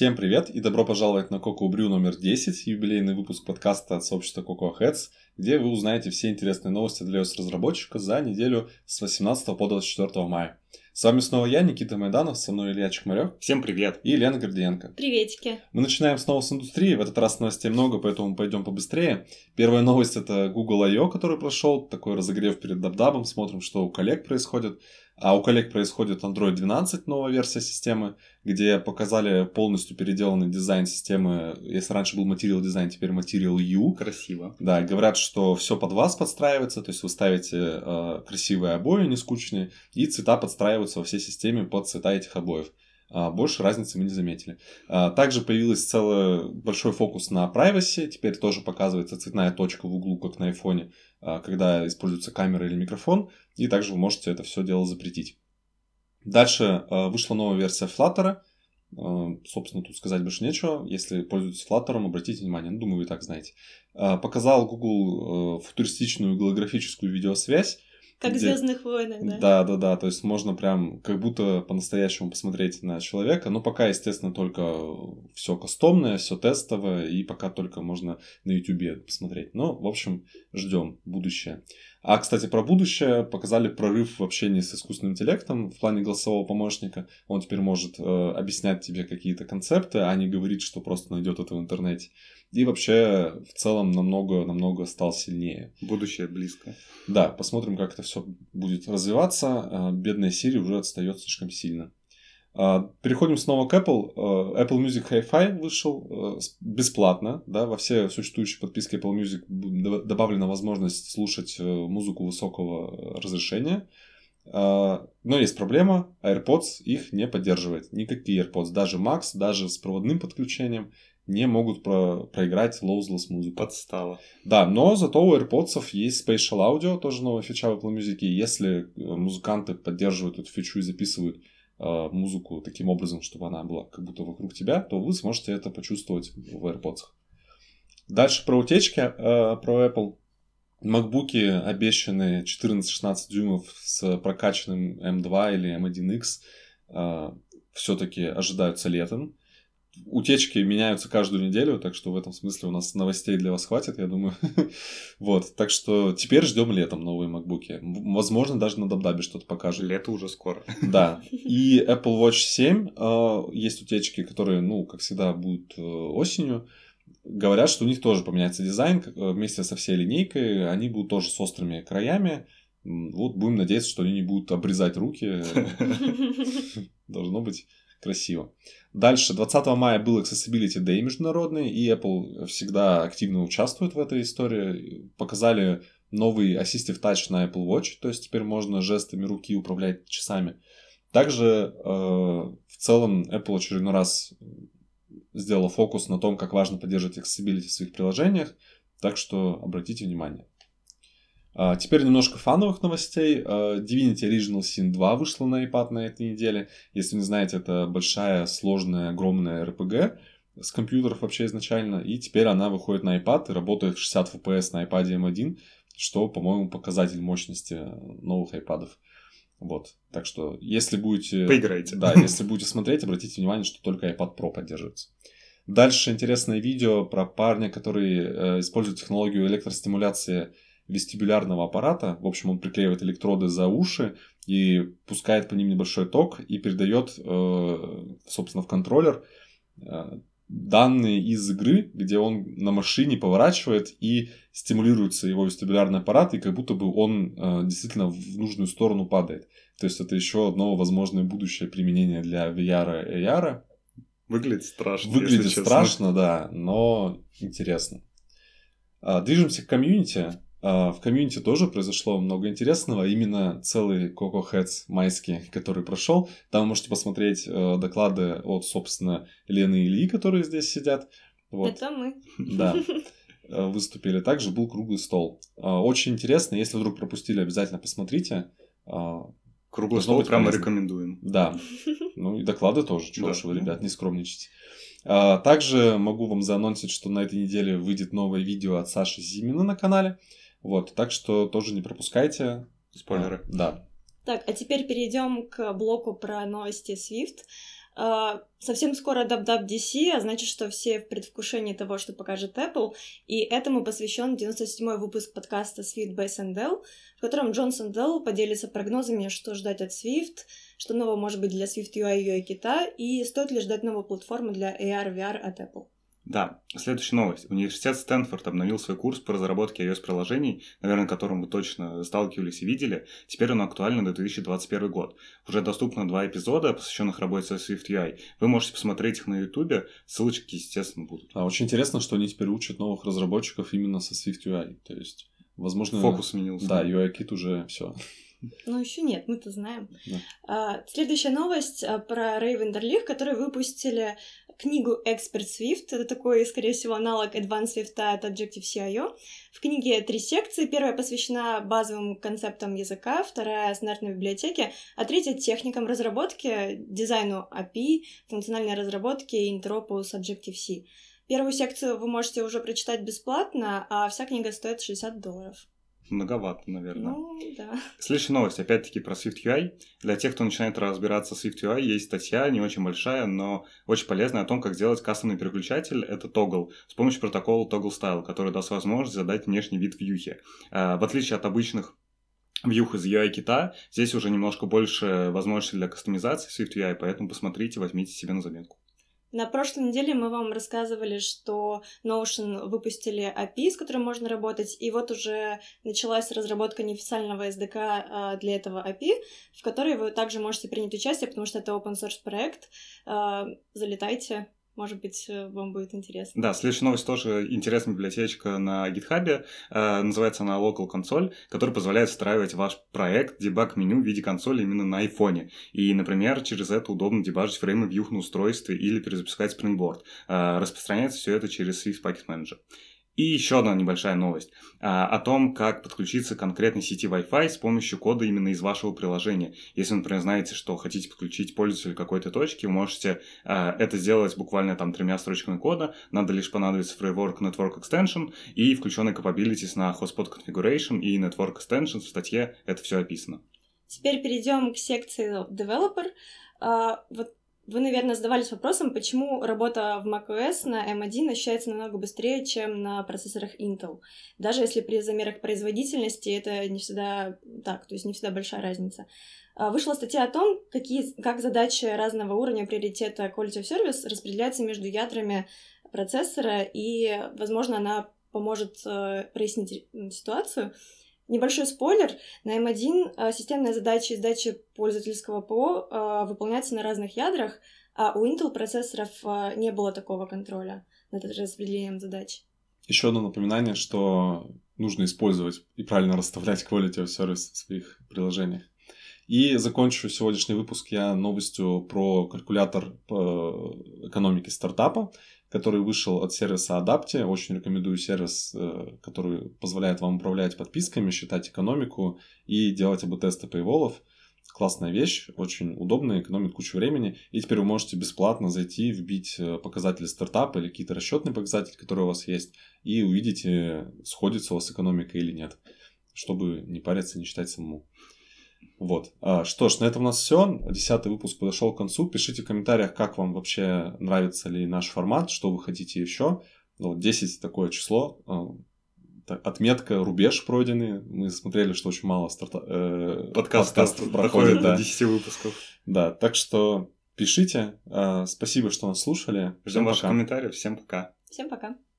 Всем привет и добро пожаловать на Cocoa Brew номер 10, юбилейный выпуск подкаста от сообщества Cocoa Heads, где вы узнаете все интересные новости для iOS-разработчика за неделю с 18 по 24 мая. С вами снова я, Никита Майданов, со мной Илья Чекмарев. Всем привет. И Лена Гордиенко. Приветики. Мы начинаем снова с индустрии, в этот раз новостей много, поэтому пойдем побыстрее. Первая новость — это Google I.O., который прошел, такой разогрев перед дабдабом, смотрим, что у коллег происходит. А у коллег происходит Android 12, новая версия системы, где показали полностью переделанный дизайн системы. Если раньше был Material Design, теперь Material U. Красиво. Да, говорят, что все под вас подстраивается, то есть вы ставите красивые обои, не скучные, и цвета подстраиваются во всей системе под цвета этих обоев. Больше разницы мы не заметили. Также появился целый большой фокус на privacy. Теперь тоже показывается цветная точка в углу, как на айфоне, когда используется камера или микрофон. И также вы можете это все дело запретить. Дальше вышла новая версия Flutter. Собственно, тут сказать больше нечего. Если пользуетесь Flutter, обратите внимание. Думаю, вы и так знаете. Показал Google футуристичную голографическую видеосвязь. Как в «Звездных войнах», да? Да. То есть можно прям как будто по-настоящему посмотреть на человека. Но пока, естественно, только все кастомное, все тестовое. И пока только можно на YouTube посмотреть. Но, в общем, ждем будущее. А, кстати, про будущее показали прорыв в общении с искусственным интеллектом в плане голосового помощника. Он теперь может объяснять тебе какие-то концепты, а не говорить, что просто найдет это в интернете. И вообще, в целом, намного стал сильнее. Будущее близко. Да, посмотрим, как это все будет развиваться. Бедная Siri уже отстает слишком сильно. Переходим снова к Apple. Apple Music Hi-Fi вышел бесплатно. Да, во все существующие подписки Apple Music добавлена возможность слушать музыку высокого разрешения. Но есть проблема. AirPods их не поддерживает. Никакие AirPods, даже Max, даже с проводным подключением, не могут проиграть lossless музыку. Подстава. Да, но зато у AirPods есть Spatial Audio, тоже новая фича в Apple Music. И если музыканты поддерживают эту фичу и записывают музыку таким образом, чтобы она была как будто вокруг тебя, то вы сможете это почувствовать в AirPods. Дальше про утечки, про Apple. MacBook'и обещанные 14-16 дюймов с прокачанным M2 или M1X все-таки ожидаются летом. Утечки меняются каждую неделю, так что в этом смысле у нас новостей для вас хватит, я думаю. Вот, так что теперь ждем летом новые MacBook'и. Возможно, даже на дабдабе что-то покажут. Лето уже скоро. Да. И Apple Watch 7 есть утечки, которые, как всегда, будут осенью. Говорят, что у них тоже поменяется дизайн вместе со всей линейкой. Они будут тоже с острыми краями. Вот будем надеяться, что они не будут обрезать руки. Должно быть красиво. Дальше, 20 мая был Accessibility Day международный, и Apple всегда активно участвует в этой истории. Показали новый Assistive Touch на Apple Watch, то есть теперь можно жестами руки управлять часами. Также в целом Apple очередной раз сделала фокус на том, как важно поддерживать accessibility в своих приложениях, так что обратите внимание. Теперь немножко фановых новостей. Divinity Original Sin 2 вышла на iPad на этой неделе. Если не знаете, это большая, сложная, огромная RPG с компьютеров вообще изначально. И теперь она выходит на iPad и работает в 60 FPS на iPad M1, что, по-моему, показатель мощности новых iPad'ов. Вот. Так что, если будете... Поиграйте. Да, если будете смотреть, обратите внимание, что только iPad Pro поддерживается. Дальше интересное видео про парня, который использует технологию электростимуляции вестибулярного аппарата. В общем, он приклеивает электроды за уши и пускает по ним небольшой ток и передает, собственно, в контроллер данные из игры, где он на машине поворачивает и стимулируется его вестибулярный аппарат, и как будто бы он действительно в нужную сторону падает. То есть это еще одно возможное будущее применение для VR и AR. Выглядит страшно. Выглядит страшно, да, но интересно. Движемся к комьюнити. В комьюнити тоже произошло много интересного. Именно целый Cocoa Heads майский, который прошел. Там вы можете посмотреть доклады от, собственно, Лены и Ильи, которые здесь сидят. Вот. Это мы. Да. Выступили. Также был круглый стол. Очень интересно. Если вдруг пропустили, обязательно посмотрите. Круглый стол прямо рекомендуем. Да. И доклады тоже. Чего уж вы, ребят, не скромничайте. Также могу вам заанонсить, что на этой неделе выйдет новое видео от Саши Зимина на канале. Вот, так что тоже не пропускайте. Спойлеры. Да. Так, а теперь перейдем к блоку про новости Swift. Совсем скоро WWDC, а значит, что все в предвкушении того, что покажет Apple, и этому посвящен 97-й выпуск подкаста Swift by Sandel, в котором Джон Сандел поделится прогнозами, что ждать от Swift, что нового может быть для Swift UI и UI-кита, и стоит ли ждать новую платформу для AR, VR от Apple. Да, следующая новость. Университет Стэнфорд обновил свой курс по разработке iOS-приложений, наверное, которым вы точно сталкивались и видели. Теперь он актуален на 2021 год. Уже доступно 2 эпизода, посвященных работе со Swift UI. Вы можете посмотреть их на YouTube, ссылочки, естественно, будут. Очень интересно, что они теперь учат новых разработчиков именно со Swift UI. То есть, возможно... Фокус сменился. Да, UI-кит уже все. Ну, еще нет, мы-то знаем. Да. Следующая новость про Ray Wenderlich, которые выпустили книгу Expert Swift. Это такой, скорее всего, аналог Advanced Swift от Objective-C.io. В книге 3 секции. Первая посвящена базовым концептам языка, вторая — стандартной библиотеке, а третья — техникам разработки, дизайну API, функциональной разработке и интропу с Objective-C. Первую секцию вы можете уже прочитать бесплатно, а вся книга стоит $60. Многовато, наверное. Ну, да. Следующая новость, опять-таки, про Swift UI. Для тех, кто начинает разбираться в Swift UI, есть статья, не очень большая, но очень полезная, о том, как сделать кастомный переключатель, это Toggle, с помощью протокола Toggle Style, который даст возможность задать внешний вид вьюхи. В отличие от обычных вьюх из UI-кита, здесь уже немножко больше возможностей для кастомизации Swift UI, поэтому посмотрите, возьмите себе на заметку. На прошлой неделе мы вам рассказывали, что Notion выпустили API, с которым можно работать, и вот уже началась разработка неофициального SDK для этого API, в которой вы также можете принять участие, потому что это open-source проект. Залетайте. Может быть, вам будет интересно. Да, следующая новость тоже интересная библиотечка на GitHub. Называется она Local Console, которая позволяет встраивать ваш проект, дебаг-меню в виде консоли именно на айфоне. И, например, через это удобно дебажить фреймы вьюх на устройстве или перезапускать Springboard. Распространяется все это через Swift Packet Manager. И еще одна небольшая новость о том, как подключиться к конкретной сети Wi-Fi с помощью кода именно из вашего приложения. Если, например, знаете, что хотите подключить пользователя к какой-то точке, вы можете это сделать буквально там 3 строчками кода. Надо лишь понадобится фреймворк Network Extension и включенные capabilities на Hotspot Configuration и Network Extensions. В статье это все описано. Теперь перейдем к секции Developer. Вы, наверное, задавались вопросом, почему работа в macOS на M1 ощущается намного быстрее, чем на процессорах Intel. Даже если при замерах производительности это не всегда так, то есть не всегда большая разница. Вышла статья о том, как задачи разного уровня приоритета Quality of Service распределяются между ядрами процессора, и, возможно, она поможет прояснить ситуацию. Небольшой спойлер, на M1 системная задача и сдача пользовательского ПО выполняются на разных ядрах, а у Intel процессоров не было такого контроля над распределением задач. Еще одно напоминание, что нужно использовать и правильно расставлять quality of service в своих приложениях. И закончу сегодняшний выпуск я новостью про калькулятор по экономике стартапа, который вышел от сервиса Adapti. Очень рекомендую сервис, который позволяет вам управлять подписками, считать экономику и делать АБ-тесты пейволов. Классная вещь, очень удобная, экономит кучу времени. И теперь вы можете бесплатно зайти, вбить показатели стартапа или какие-то расчетные показатели, которые у вас есть, и увидите, сходится у вас экономика или нет, чтобы не париться, не считать самому. Вот. Что ж, на этом у нас все. 10-й выпуск подошел к концу. Пишите в комментариях, как вам вообще нравится ли наш формат, что вы хотите еще. 10 такое число. Отметка, рубеж пройденный. Мы смотрели, что очень мало подкастов проходит до 10 выпусков. Да, так что пишите. Спасибо, что нас слушали. Ждем ваших комментариев. Всем пока. Всем пока.